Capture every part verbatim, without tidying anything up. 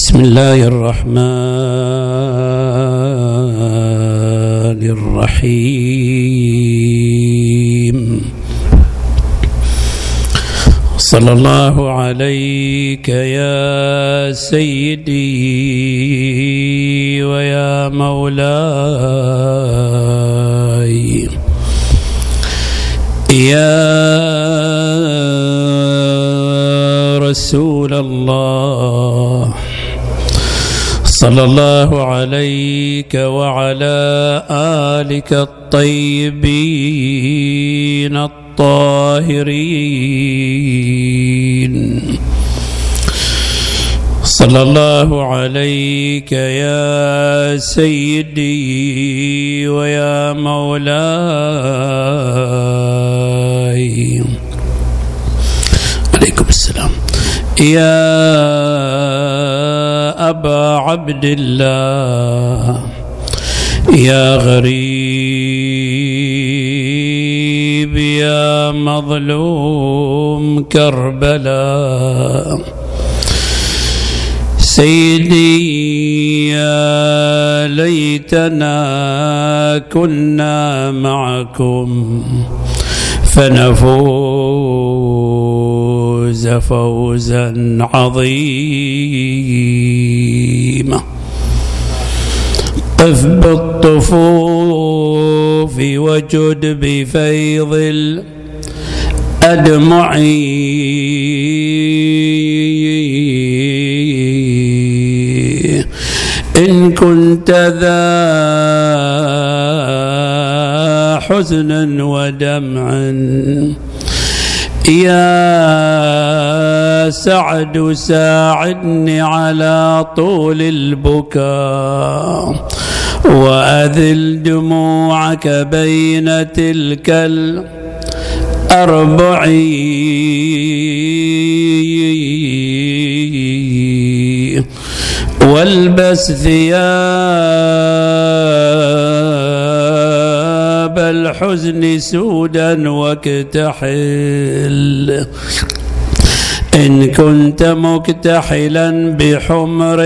بسم الله الرحمن الرحيم. صلى الله عليك يا سيدي ويا مولاي يا رسول الله، صلى الله عليك وعلى آلك الطيبين الطاهرين. صلى الله عليك يا سيدي ويا مولاي. عليكم السلام. يا أبا عبد الله، يا غريب يا مظلوم كربلاء، سيدي يا ليتنا كنا معكم فنفوز فوزا عظيما. قف بالطفوف وجد بفيض الأدمع، إن كنت ذا حزن ودمع، يا سعد ساعدني على طول البكاء، وأذل دموعك بين تلك الأربع، والبس ثياب الحزن سودا واكتحل، إن كنت مكتحلا بحمر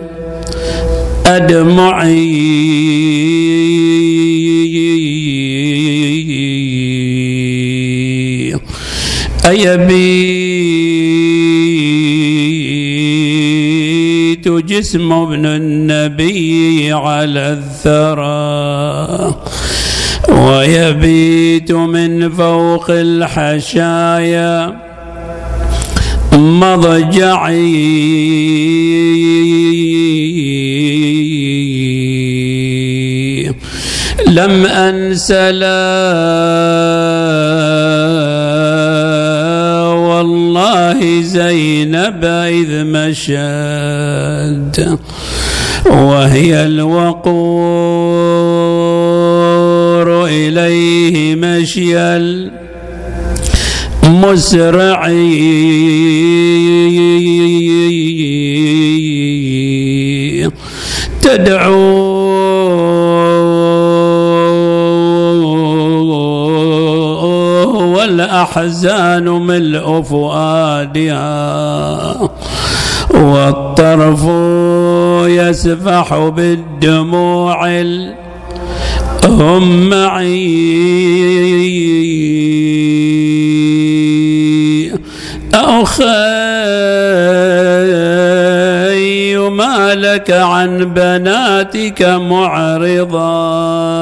الأدمع، أيبيت جسم ابن النبي على الثرى، ويبيت من فوق الحشايا مضجعي، لم أنس لا والله زينب إذ مشت، وهي الوقور إليه مشي المسرع، تدعو والأحزان ملء فؤادها، والطرف يسفح بالدموع الهمعي، أخي ما لك عن بناتك معرضا،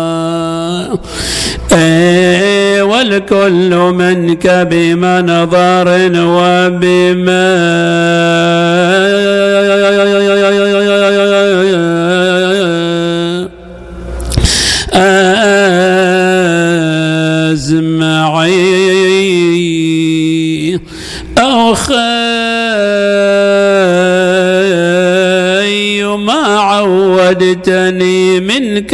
إيه والكل منك بمنظر وبما أزمعي، أخي ما عودتني منك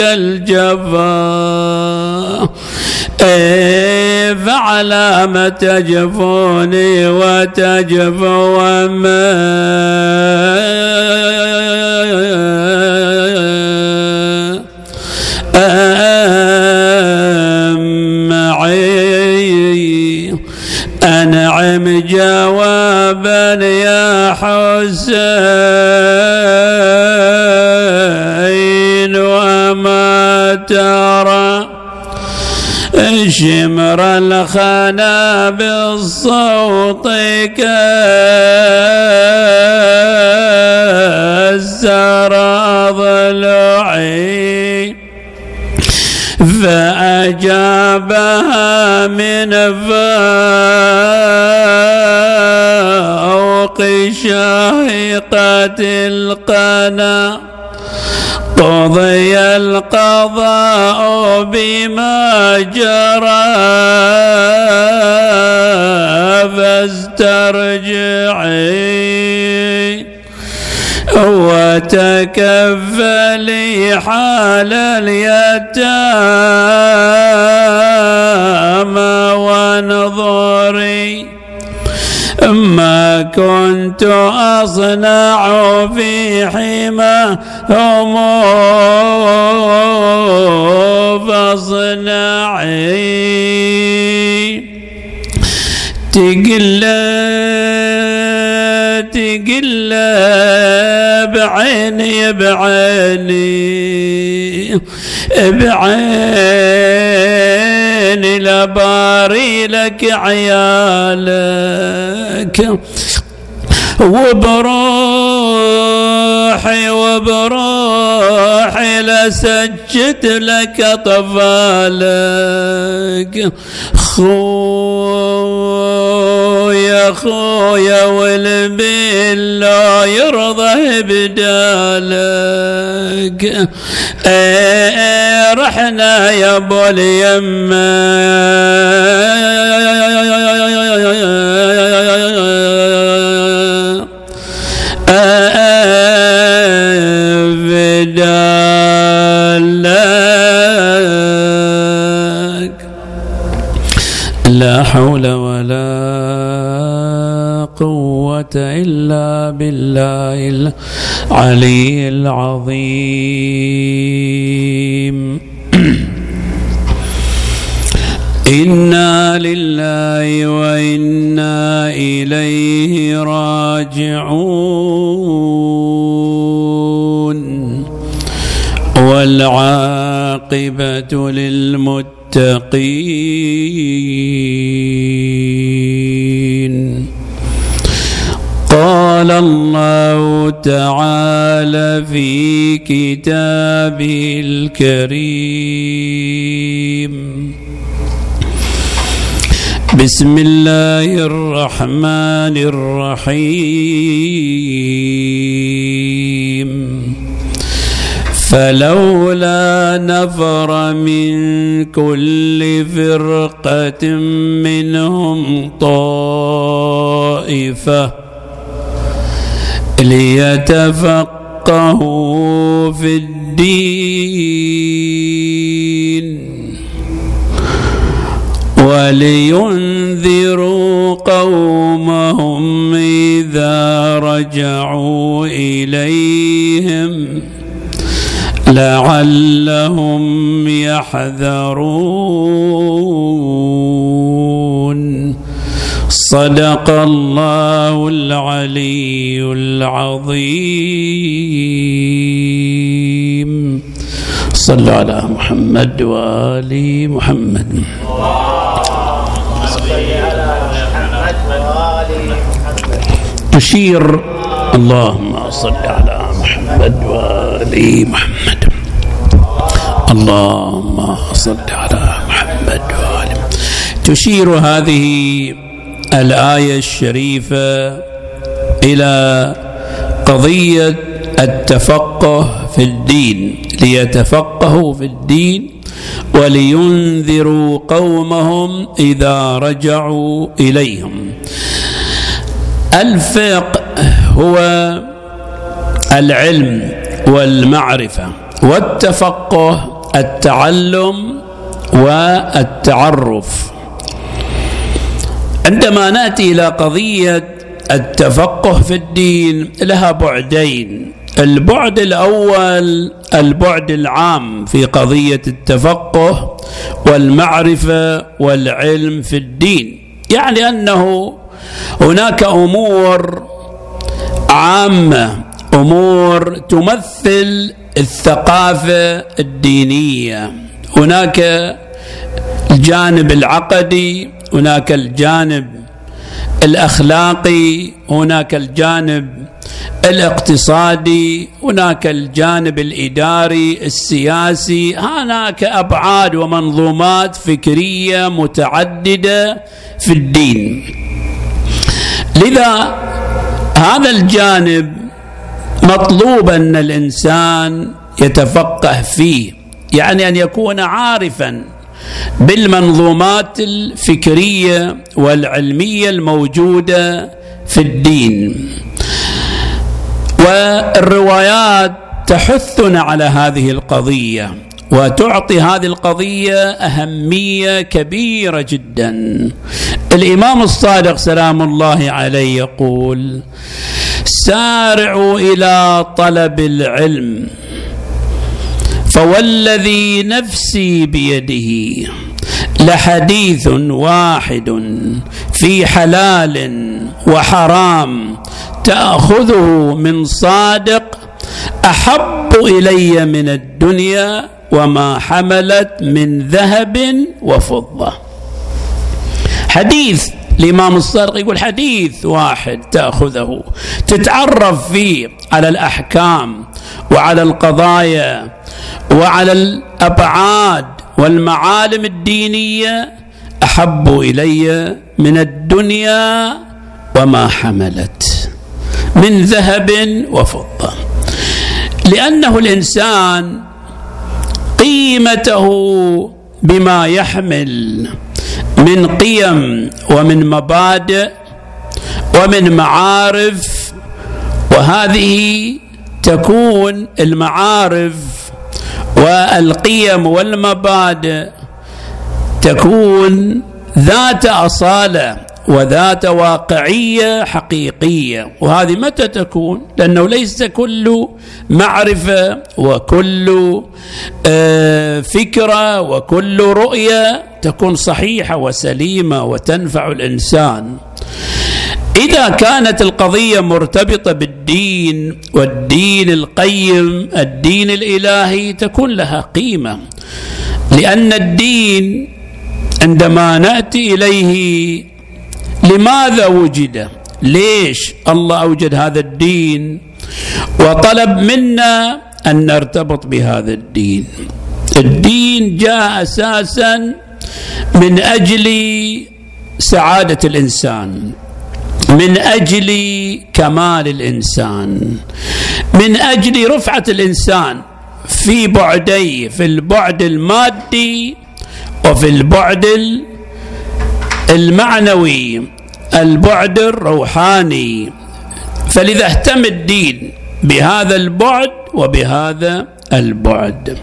الجفا، إيه فعلى ما تجفوني وتجفو وما أمعي، أنعم جوابا يا حسين، شمر الخنا بالصوت كالزر ضلعي فأجابها من فوق شاهقة القنا قضي القضاء بما جرى فاسترجعي وتكفلي حال اليتامى وانظري ما كنت أصنع في حماهم فاصنعي تقل تقل بعيني بعيني بعيني لباري لك عيالك وبروحي وبروحي لسجد لك طفالك خويا خويا والبيل لا يرضى بدالك ايه رحنا يا ابو اليمه لا حول ولا قوة إلا بالله العلي العظيم. إنا لله وإنا إليه راجعون والعاقبة للمتقين. قال الله تعالى في كتابه الكريم: بسم الله الرحمن الرحيم. فلولا نفر من كل فرقة منهم طائفة ليتفقهوا في الدين ولينذروا قومهم إذا رجعوا إليهم لعلهم يحذرون. صدق الله العلي العظيم. صلوا على محمد وآل محمد. تشير اللهم صل على محمد وآل محمد. اللهم صل على محمد وآل محمد. تشير هذه الآية الشريفة إلى قضية التفقه في الدين، ليتفقهوا في الدين ولينذروا قومهم إذا رجعوا إليهم. الفقه هو العلم والمعرفة، والتفقه التعلم والتعرف. عندما نأتي إلى قضية التفقه في الدين لها بعدين. البعد الأول البعد العام في قضية التفقه والمعرفة والعلم في الدين، يعني أنه هناك أمور عامة، أمور تمثل الثقافة الدينية. هناك الجانب العقدي، هناك الجانب الأخلاقي، هناك الجانب الاقتصادي، هناك الجانب الإداري السياسي. هناك أبعاد ومنظومات فكرية متعددة في الدين. لذا هذا الجانب مطلوب أن الإنسان يتفقه فيه، يعني أن يكون عارفا بالمنظومات الفكرية والعلمية الموجودة في الدين. والروايات تحثنا على هذه القضية وتعطي هذه القضية أهمية كبيرة جدا. الإمام الصادق سلام الله عليه يقول: سارعوا إلى طلب العلم، فوالذي نفسي بيده لحديث واحد في حلال وحرام تأخذه من صادق أحب إلي من الدنيا وما حملت من ذهب وفضة. حديث الإمام الصادق يقول حديث واحد تأخذه تتعرف فيه على الأحكام وعلى القضايا وعلى الأبعاد والمعالم الدينية أحب إلي من الدنيا وما حملت من ذهب وفضة. لأنه الإنسان قيمته بما يحمل من قيم ومن مبادئ ومن معارف، وهذه تكون المعارف والقيم والمبادئ تكون ذات أصالة وذات واقعية حقيقية. وهذه متى تكون؟ لأنه ليس كل معرفة وكل فكرة وكل رؤية تكون صحيحة وسليمة وتنفع الإنسان. إذا كانت القضية مرتبطة بالدين والدين القيم الدين الإلهي تكون لها قيمة، لأن الدين عندما نأتي إليه لماذا وجد؟ ليش الله أوجد هذا الدين وطلب منا أن نرتبط بهذا الدين؟ الدين جاء أساسا من أجل سعادة الإنسان، من أجل كمال الإنسان، من أجل رفعة الإنسان في بعدي، في البعد المادي وفي البعد المعنوي، البعد الروحاني. فلذا اهتم الدين بهذا البعد وبهذا البعد.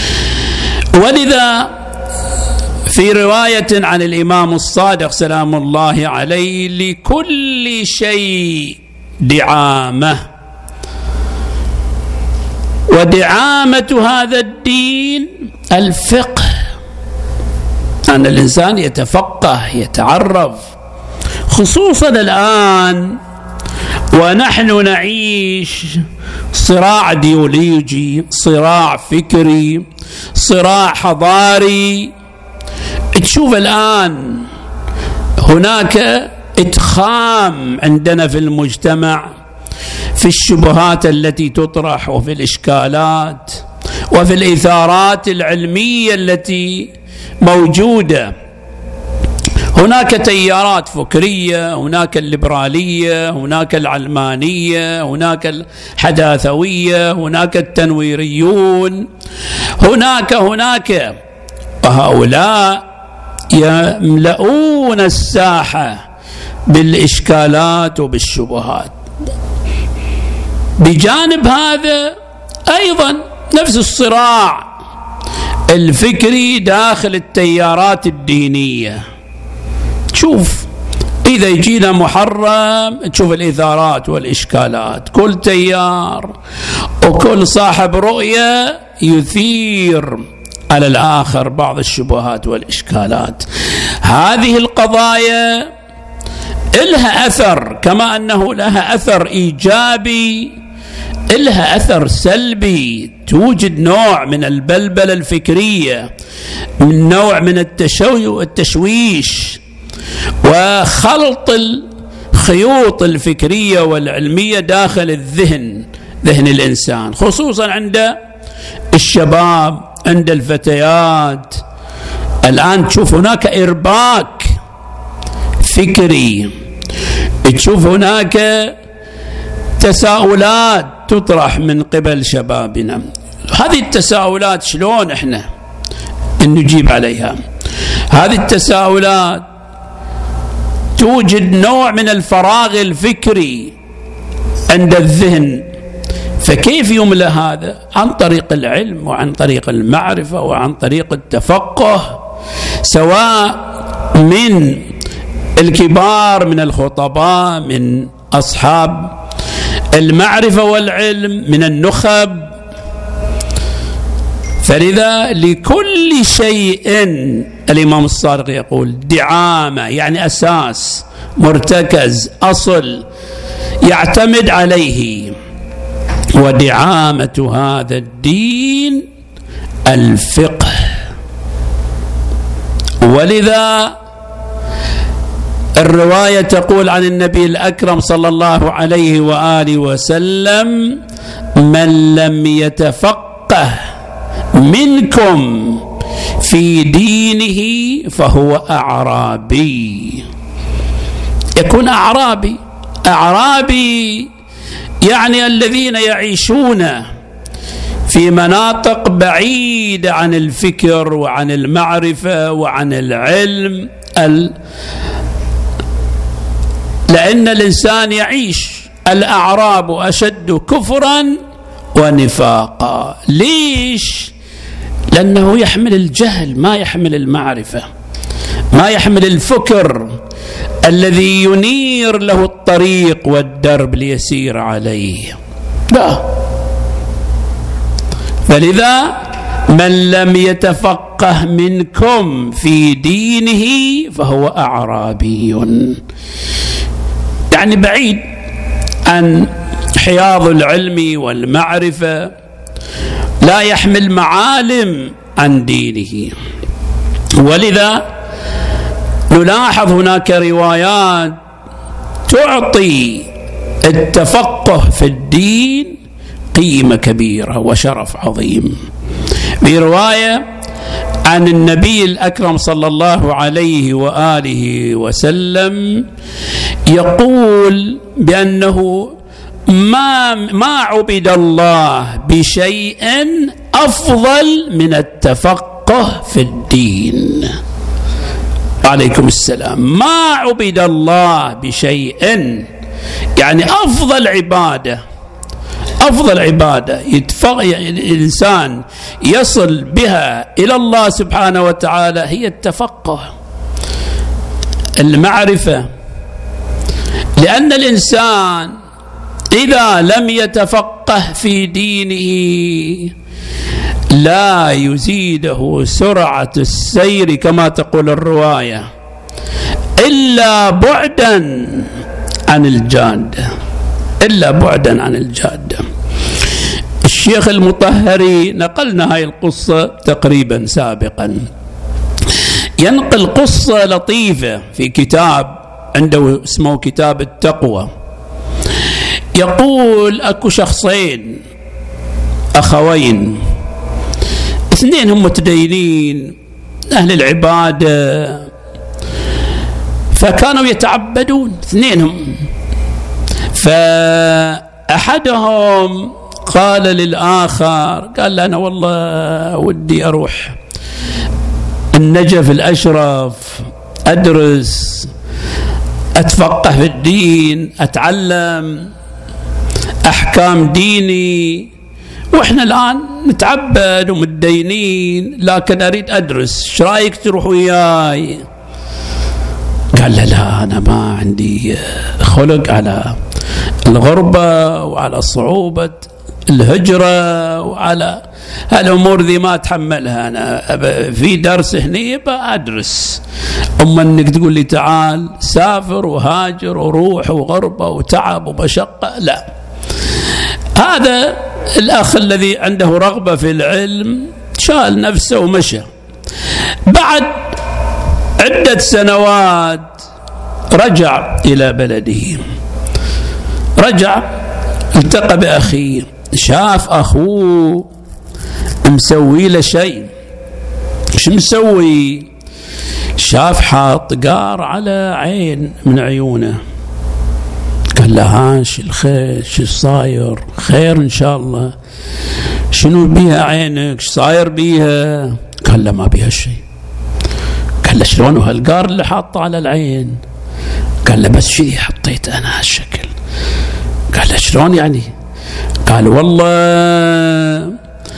ولذا في رواية عن الإمام الصادق سلام الله عليه: لكل شيء دعامة، ودعامة هذا الدين الفقه، أن الإنسان يتفقه يتعرف، خصوصا الآن ونحن نعيش صراع ايديولوجي، صراع فكري، صراع حضاري. تشوف الآن هناك إتخام عندنا في المجتمع في الشبهات التي تطرح وفي الإشكالات وفي الإثارات العلمية التي موجودة. هناك تيارات فكرية، هناك الليبرالية، هناك العلمانية، هناك الحداثوية، هناك التنويريون، هناك هناك وهؤلاء يملؤون الساحة بالإشكالات وبالشبهات. بجانب هذا أيضا نفس الصراع الفكري داخل التيارات الدينية. شوف إذا يجينا محرم تشوف الإثارات والإشكالات، كل تيار وكل صاحب رؤية يثير على الآخر بعض الشبهات والإشكالات. هذه القضايا لها أثر، كما أنه لها أثر إيجابي لها أثر سلبي، توجد نوع من البلبلة الفكرية، من نوع من التشويش وخلط الخيوط الفكرية والعلمية داخل الذهن، ذهن الإنسان، خصوصا عند الشباب، عند الفتيات. الآن تشوف هناك إرباك فكري، تشوف هناك تساؤلات تطرح من قبل شبابنا. هذه التساؤلات شلون احنا نجيب عليها؟ هذه التساؤلات توجد نوع من الفراغ الفكري عند الذهن، فكيف يملأ هذا؟ عن طريق العلم وعن طريق المعرفة وعن طريق التفقه، سواء من الكبار من الخطباء، من أصحاب المعرفة والعلم، من النخب. فلذا لكل شيء الإمام الصادق يقول دعامة، يعني أساس، مرتكز، أصل يعتمد عليه، ودعامة هذا الدين الفقه. ولذا الرواية تقول عن النبي الأكرم صلى الله عليه وآله وسلم: من لم يتفقه منكم في دينه فهو أعرابي. يكون أعرابي، أعرابي يعني الذين يعيشون في مناطق بعيدة عن الفكر وعن المعرفة وعن العلم، ال... لأن الإنسان يعيش، الأعراب أشد كفرا ونفاقا. ليش؟ لأنه يحمل الجهل، ما يحمل المعرفة، ما يحمل الفكر الذي ينير له الطريق والدرب ليسير عليه. لا. فلذا من لم يتفقه منكم في دينه فهو أعرابي، يعني بعيد عن حياض العلم والمعرفة، لا يحمل معالم عن دينه. ولذا نلاحظ هناك روايات تعطي التفقه في الدين قيمة كبيرة وشرف عظيم. برواية عن النبي الأكرم صلى الله عليه وآله وسلم يقول بأنه ما ما عبد الله بشيء أفضل من التفقه في الدين. عليكم السلام. ما عبد الله بشيء، يعني أفضل عبادة، أفضل عبادة يتفق الإنسان يصل بها إلى الله سبحانه وتعالى هي التفقه، المعرفة. لأن الإنسان إذا لم يتفقه في دينه لا يزيده سرعة السير كما تقول الرواية إلا بعدا عن الجادة، إلا بعدا عن الجادة. الشيخ المطهري نقلنا هاي القصة تقريبا سابقا، ينقل قصة لطيفة في كتاب عنده اسمه كتاب التقوى. يقول أكو شخصين أخوين، اثنين هم متدينين أهل العبادة، فكانوا يتعبدون اثنينهم. فأحدهم قال للآخر، قال له أنا والله ودي أروح النجف الأشرف أدرس أتفقه في الدين، أتعلم أحكام ديني، وإحنا الآن نتعبد ومتدينين، لكن أريد أدرس، ايش رايك تروح وياي؟ قال له لا أنا ما عندي خلق على الغربة وعلى صعوبة الهجرة وعلى هالأمور ذي ما أتحملها، أنا في درس هني بأدرس. أما أنك تقول لي تعال سافر وهاجر وروح وغربة وتعب ومشقة، لا. هذا الأخ الذي عنده رغبة في العلم شال نفسه ومشى. بعد عدة سنوات رجع إلى بلده، رجع التقى بأخيه، شاف أخوه مسوي له شيء. ايش مسوي؟ شاف حاط قار على عين من عيونه. قال له هاش الخير، شو صاير؟ خير ان شاء الله. شنو بيها عينك؟ شو صاير بيها؟ قال له ما بيها شيء. قال له شلون هالقار اللي حاطه على العين؟ قال له بس شذي حطيت انا هالشكل. قال له شلون يعني؟ قال والله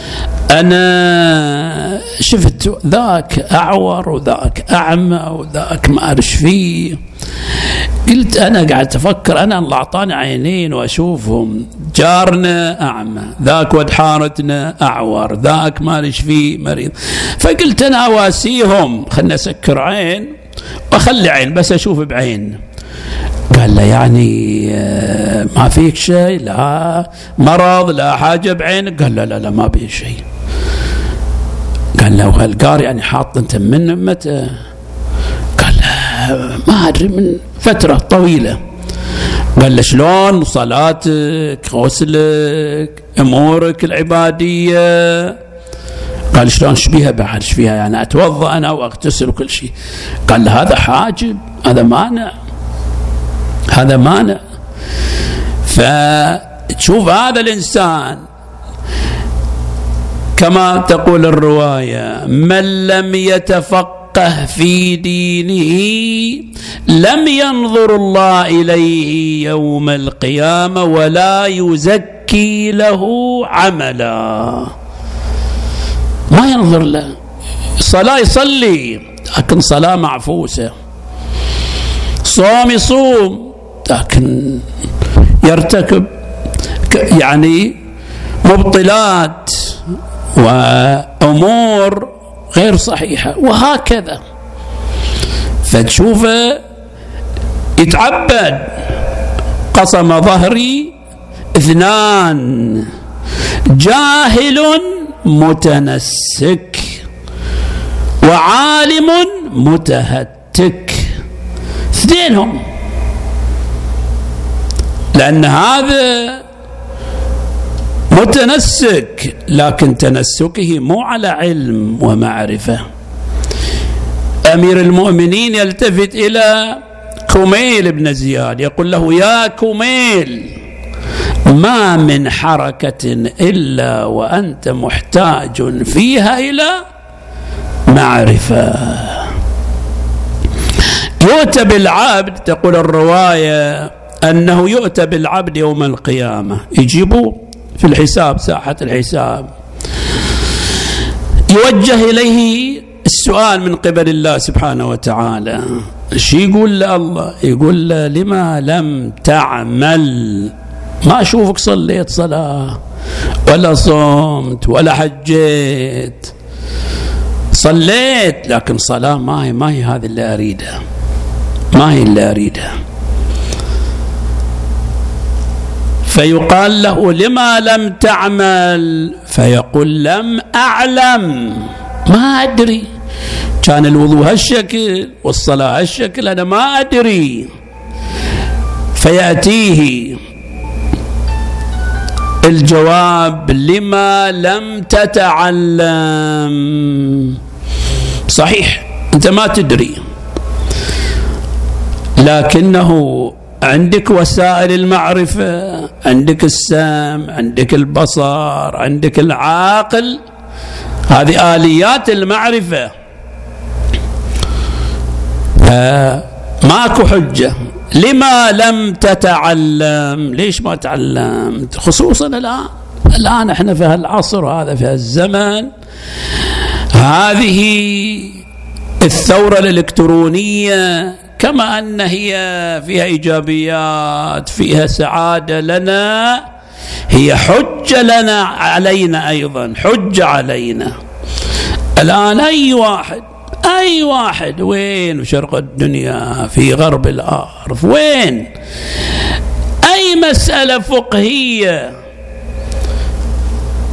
أنا شفت ذاك أعور وذاك أعمى وذاك ما أعرف فيه. قلت أنا قاعد أفكر، أنا الله أعطاني عينين وأشوفهم، جارنا أعمى، ذاك ود حارتنا أعور، ذاك ما أعرف فيه مريض، فقلت أنا أواسيهم، خلنا أسكر عين وأخلي عين بس أشوف بعين. قال له يعني ما فيك شيء؟ لا مرض لا حاجة بعينك؟ قال لا لا لا ما بيه شيء. قال له وهالقار يعني حاط انت من متى؟ قال له ما أدري من فترة طويلة. قال له شلون صلاتك غسلك أمورك العبادية؟ قال شلون شبيها بعد شبيها يعني أتوضأ أنا وأغتسل وكل شيء؟ قال له هذا حاجب، هذا مانع، هذا مانع. فتشوف هذا الإنسان كما تقول الرواية من لم يتفقه في دينه لم ينظر الله إليه يوم القيامة ولا يزكي له عملا. ما ينظر له، صلاة يصلي لكن صلاة معفوسة، صوم يصوم لكن يرتكب يعني مبطلات وأمور غير صحيحة وهكذا. فتشوفه يتعبد. قسم ظهري اثنان جاهل متنسك وعالم متهتك، اثنينهم، لأن هذا متنسك لكن تنسكه مو على علم ومعرفة. أمير المؤمنين يلتفت إلى كميل بن زياد يقول له يا كميل ما من حركة إلا وأنت محتاج فيها إلى معرفة. يؤتى بالعبد، تقول الرواية أنه يؤتى بالعبد يوم القيامة، يجيبوا في الحساب ساحة الحساب، يوجه إليه السؤال من قبل الله سبحانه وتعالى. شو يقول له الله؟ يقول له لما لم تعمل؟ ما أشوفك صليت صلاة ولا صمت ولا حجيت، صليت لكن صلاة ما هي ما هي هذه اللي أريدها، ما هي اللي أريدها. فيقال له لما لم تعمل؟ فيقول لم أعلم، ما أدري، كان الوضوء هالشكل والصلاة هالشكل أنا ما أدري. فيأتيه الجواب لما لم تتعلم. صحيح أنت ما تدري، لكنه عندك وسائل المعرفة، عندك السمع، عندك البصر، عندك العقل، هذه آليات المعرفة. ماكو حجة. لما لم تتعلم؟ ليش ما تعلمت؟ خصوصا الآن الآن احنا في هالعصر هذا، في هالزمن، هذه الثورة الإلكترونية كما أن هي فيها إيجابيات، فيها سعادة لنا، هي حجة لنا علينا أيضا، حجة علينا. الآن أي واحد أي واحد وين في شرق الدنيا، في غرب الأرض، وين أي مسألة فقهية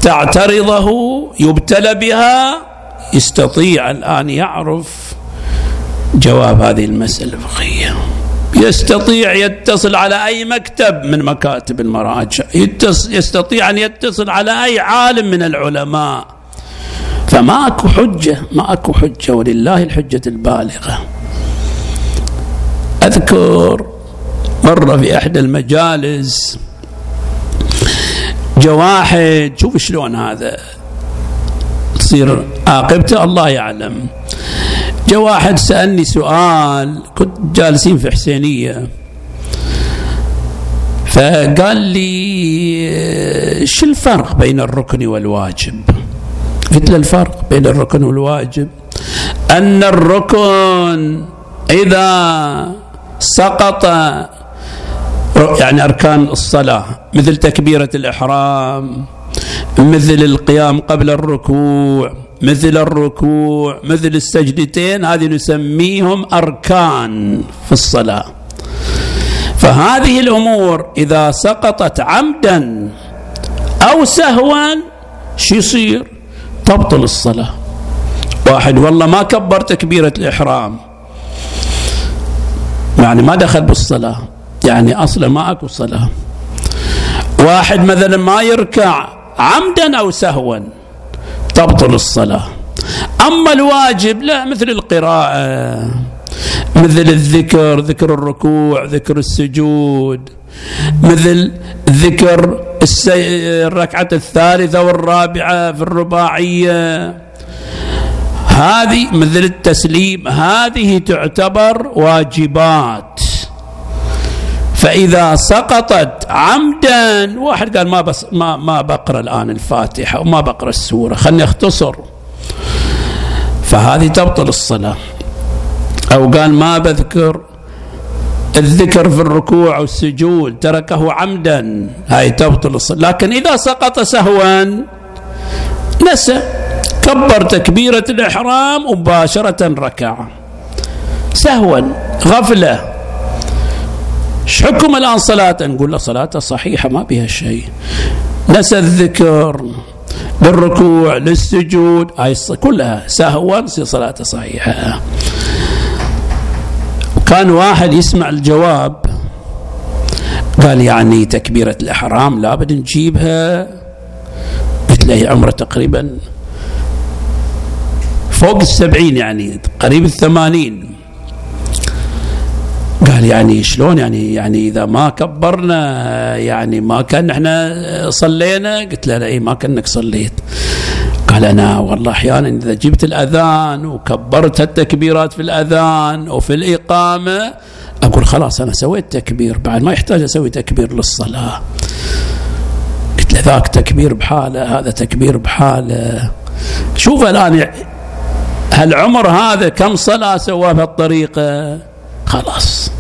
تعترضه يبتلى بها يستطيع الآن يعرف جواب هذه المسألة الفقهية، يستطيع يتصل على أي مكتب من مكاتب المراجع، يستطيع أن يتصل على أي عالم من العلماء، فما أكو حجة، ما أكو حجة، ولله الحجة البالغة. أذكر مرة في إحدى المجالس جاء واحد، شوف شلون هذا تصير عاقبته الله يعلم. جاء واحد سألني سؤال، كنت جالسين في حسينية، فقال لي شو الفرق بين الركن والواجب؟ قلت له الفرق بين الركن والواجب أن الركن إذا سقط، يعني أركان الصلاة مثل تكبيرة الإحرام، مثل القيام قبل الركوع، مثل الركوع، مثل السجدتين، هذه نسميهم أركان في الصلاة. فهذه الأمور إذا سقطت عمدا أو سهوا شو يصير؟ تبطل الصلاة. واحد والله ما كبر تكبيرة الإحرام، يعني ما دخل بالصلاة، يعني أصلا ما أكو صلاة. واحد مثلا ما يركع عمدا أو سهوا تبطل الصلاة. أما الواجب لا، مثل القراءة، مثل الذكر، ذكر الركوع، ذكر السجود، مثل ذكر الركعة الثالثة والرابعة في الرباعية، هذه مثل التسليم، هذه تعتبر واجبات. فإذا سقطت عمدا، واحد قال ما بس ما ما بقرأ الآن الفاتحة وما بقرأ السورة، خلني أختصر، فهذه تبطل الصلاة. أو قال ما بذكر الذكر في الركوع أو السجود، تركه عمدا، هاي تبطل الصلاة. لكن إذا سقط سهوا، نسى، كبر تكبيرة الإحرام مباشرة ركع سهوا، غفلة، ايش حكم الآن صلاة؟ نقول له صلاته صحيحة ما بها شيء، نسى الذكر للركوع للسجود، هاي كلها سهوا، صلاته صحيحة. وكان واحد يسمع الجواب قال يعني تكبيرة الإحرام لابد نجيبها، قلت له عمره تقريبا فوق السبعين، يعني قريب الثمانين. قال يعني شلون يعني يعني إذا ما كبرنا يعني ما كان احنا صلينا؟ قلت له اي ما كأنك صليت. قال أنا والله أحيانا إذا جبت الأذان وكبرت التكبيرات في الأذان وفي الإقامة أقول خلاص أنا سويت تكبير، بعد ما يحتاج أسوي تكبير للصلاة. قلت له ذاك تكبير بحاله، هذا تكبير بحاله. شوف الآن هالعمر هذا كم صلاة سواه بهالطريقة؟ خلاص.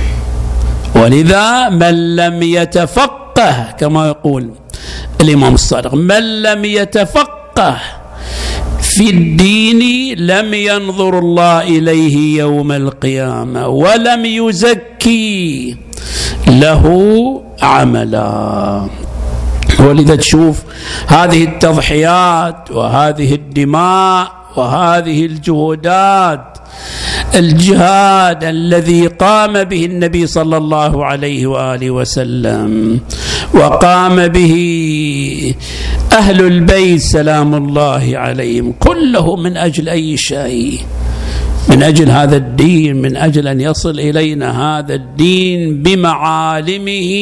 ولذا من لم يتفقه كما يقول الإمام الصادق، من لم يتفقه في الدين لم ينظر الله إليه يوم القيامة ولم يزكي له عملا. ولذا تشوف هذه التضحيات وهذه الدماء وهذه الجهودات، الجهاد الذي قام به النبي صلى الله عليه وآله وسلم وقام به أهل البيت سلام الله عليهم، كله من أجل أي شيء؟ من أجل هذا الدين، من أجل أن يصل إلينا هذا الدين بمعالمه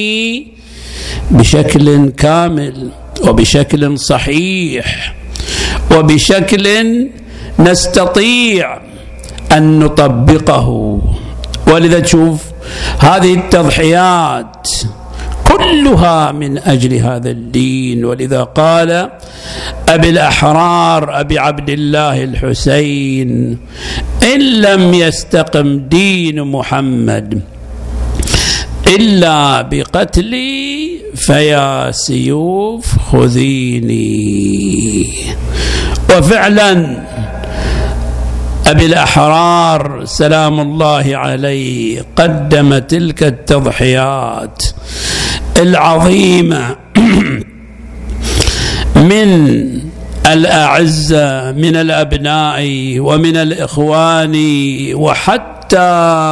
بشكل كامل وبشكل صحيح وبشكل نستطيع أن نطبقه. ولذا تشوف هذه التضحيات كلها من أجل هذا الدين. ولذا قال أبي الأحرار أبي عبد الله الحسين إن لم يستقم دين محمد إلا بقتلي فيا سيوف خذيني. وفعلا أبي الأحرار سلام الله عليه قدم تلك التضحيات العظيمة من الأعزة من الأبناء ومن الإخوان، وحتى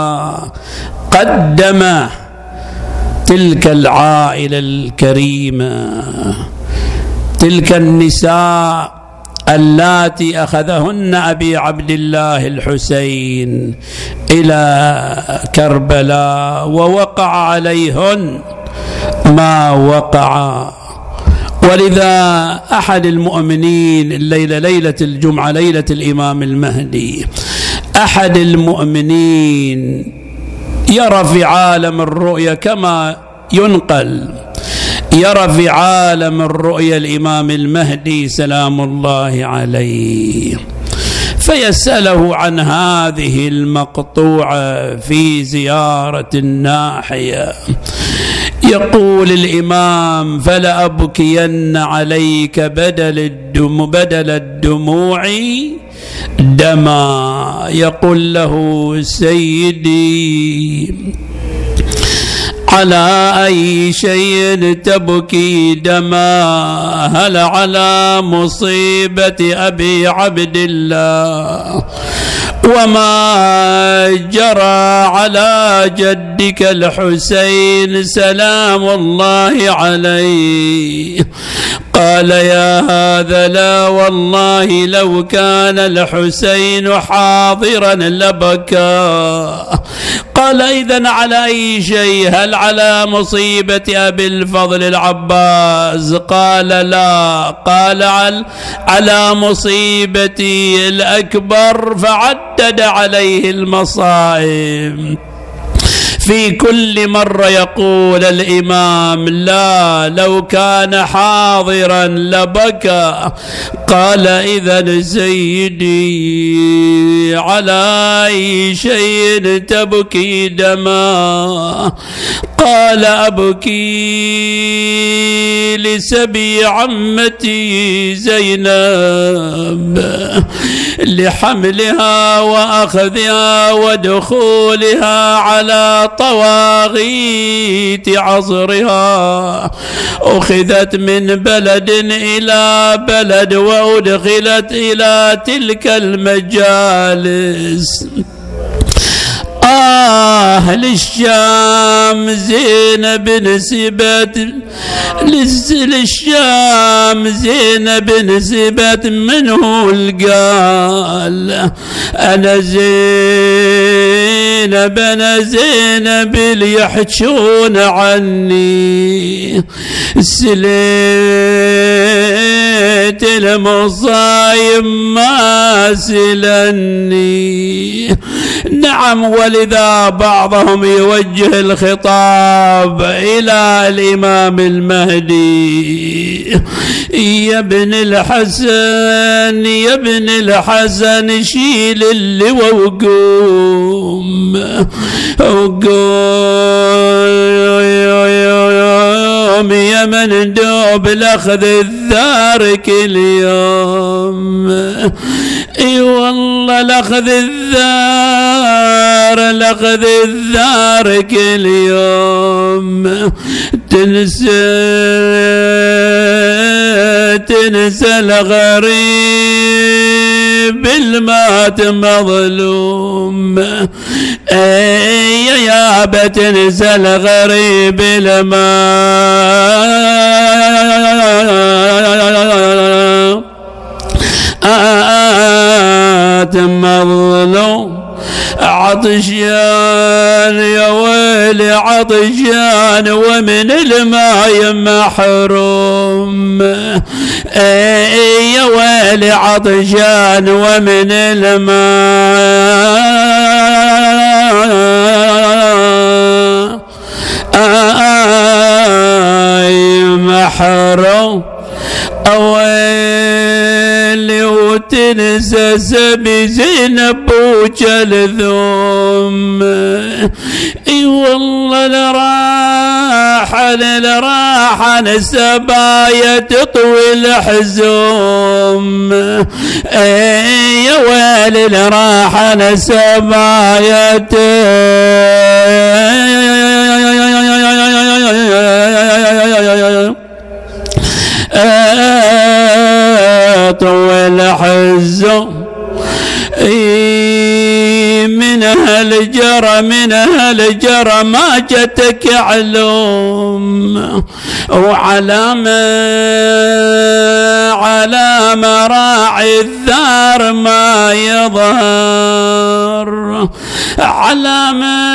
قدم تلك العائلة الكريمة، تلك النساء اللاتي أخذهن أبي عبد الله الحسين إلى كربلاء ووقع عليهن ما وقع. ولذا أحد المؤمنين الليلة ليلة الجمعة ليلة الإمام المهدي، أحد المؤمنين يرى في عالم الرؤيا كما ينقل، يرى في عالم الرؤيا الإمام المهدي سلام الله عليه، فيسأله عن هذه المقطوعة في زيارة الناحية. يقول الإمام: فلأبكين عليك بدل الدم بدل الدموع دما. يقول له: سيدي، على أي شيء تبكي دما؟ هل على مصيبة أبي عبد الله وما جرى على جدك الحسين سلام الله عليه؟ قال: يا هذا لا والله لو كان الحسين حاضرا لبكى. قال: إذن على أي شيء؟ هل على مصيبة أبي الفضل العباس؟ قال: لا. قال: على مصيبتي الأكبر، فعدد عليه المصائب. في كل مرة يقول الإمام: لا، لو كان حاضرا لبكى. قال: إذن سيدي، على أي شيء تبكي دما؟ قال: أبكي لسبي عمتي زينب، لحملها وأخذها ودخولها على طواغيت عصرها، أخذت من بلد إلى بلد وأدخلت إلى تلك المجالس. آه للشام زينب نسبت، للشام زينب نسبت منه القال: أنا زينب أنا زينب اللي يحجون عني، سليت المصايب ما سلني. نعم، ولذا بعضهم يوجه الخطاب إلى الإمام المهدي: يا ابن الحسن يا ابن الحسن، شيل اللواء وقوم وقوم يا مندوب لأخذ الثار كل يوم. اي والله لأخذ الثار لأخذ الثار كل يوم. تنسى تنسى الغريب المات مظلوم. اي يا بتنسى الغريب المات مظلوم. عطشان يا ويلي عطشان ومن الماء محروم. اي يا ويلي عطشان ومن الماء اي محروم. اويلي وتنسى سبي زينب وجلذوم. اي والله لراحة لراحة السبايا تطوي الحزوم. اي يا ويلي لراحة السبايا تطوي حزه من أهل جرى من أهل جرى ما جتك علوم وعلامة علامة راعي الثار ما يظهر علامة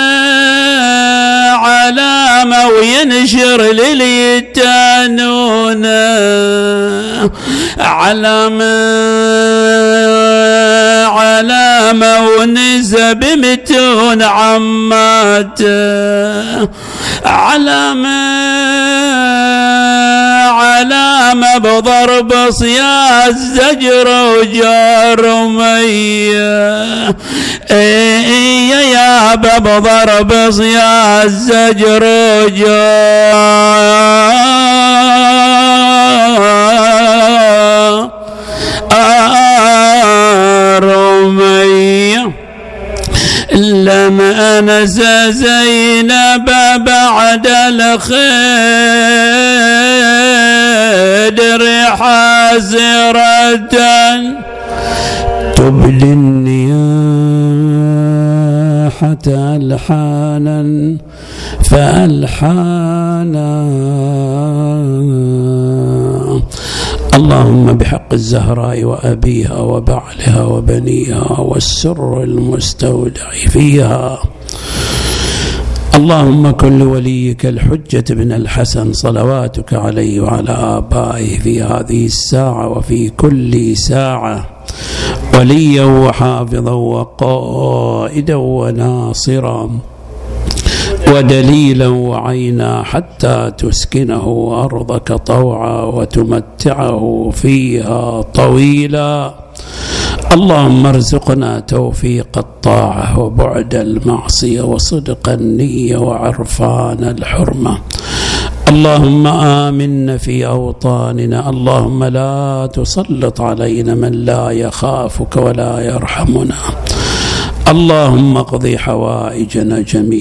علامة وينشر لليتانون علامة علامة ونزب متون عماته علامة علامة بضرب صيا الزجر وجارمية إيه يا باب ضرب صيا الزجر وجارمية لما أنس زينب بعد الخدر حازرة تبلي النياحة ألحانا فألحانا اللهم بحق الزهراء وأبيها وبعلها وبنيها والسر المستودع فيها اللهم كل وليك الحجة بن الحسن صلواتك عليه وعلى آبائه في هذه الساعة وفي كل ساعة وليا وحافظا وقائدا وناصرا ودليلا وعينا حتى تسكنه أرضك طوعا وتمتعه فيها طويلا اللهم ارزقنا توفيق الطاعة وبعد المعصية وصدق النية وعرفان الحرمة اللهم آمنا في أوطاننا اللهم لا تسلط علينا من لا يخافك ولا يرحمنا اللهم اقضي حوائجنا جميعا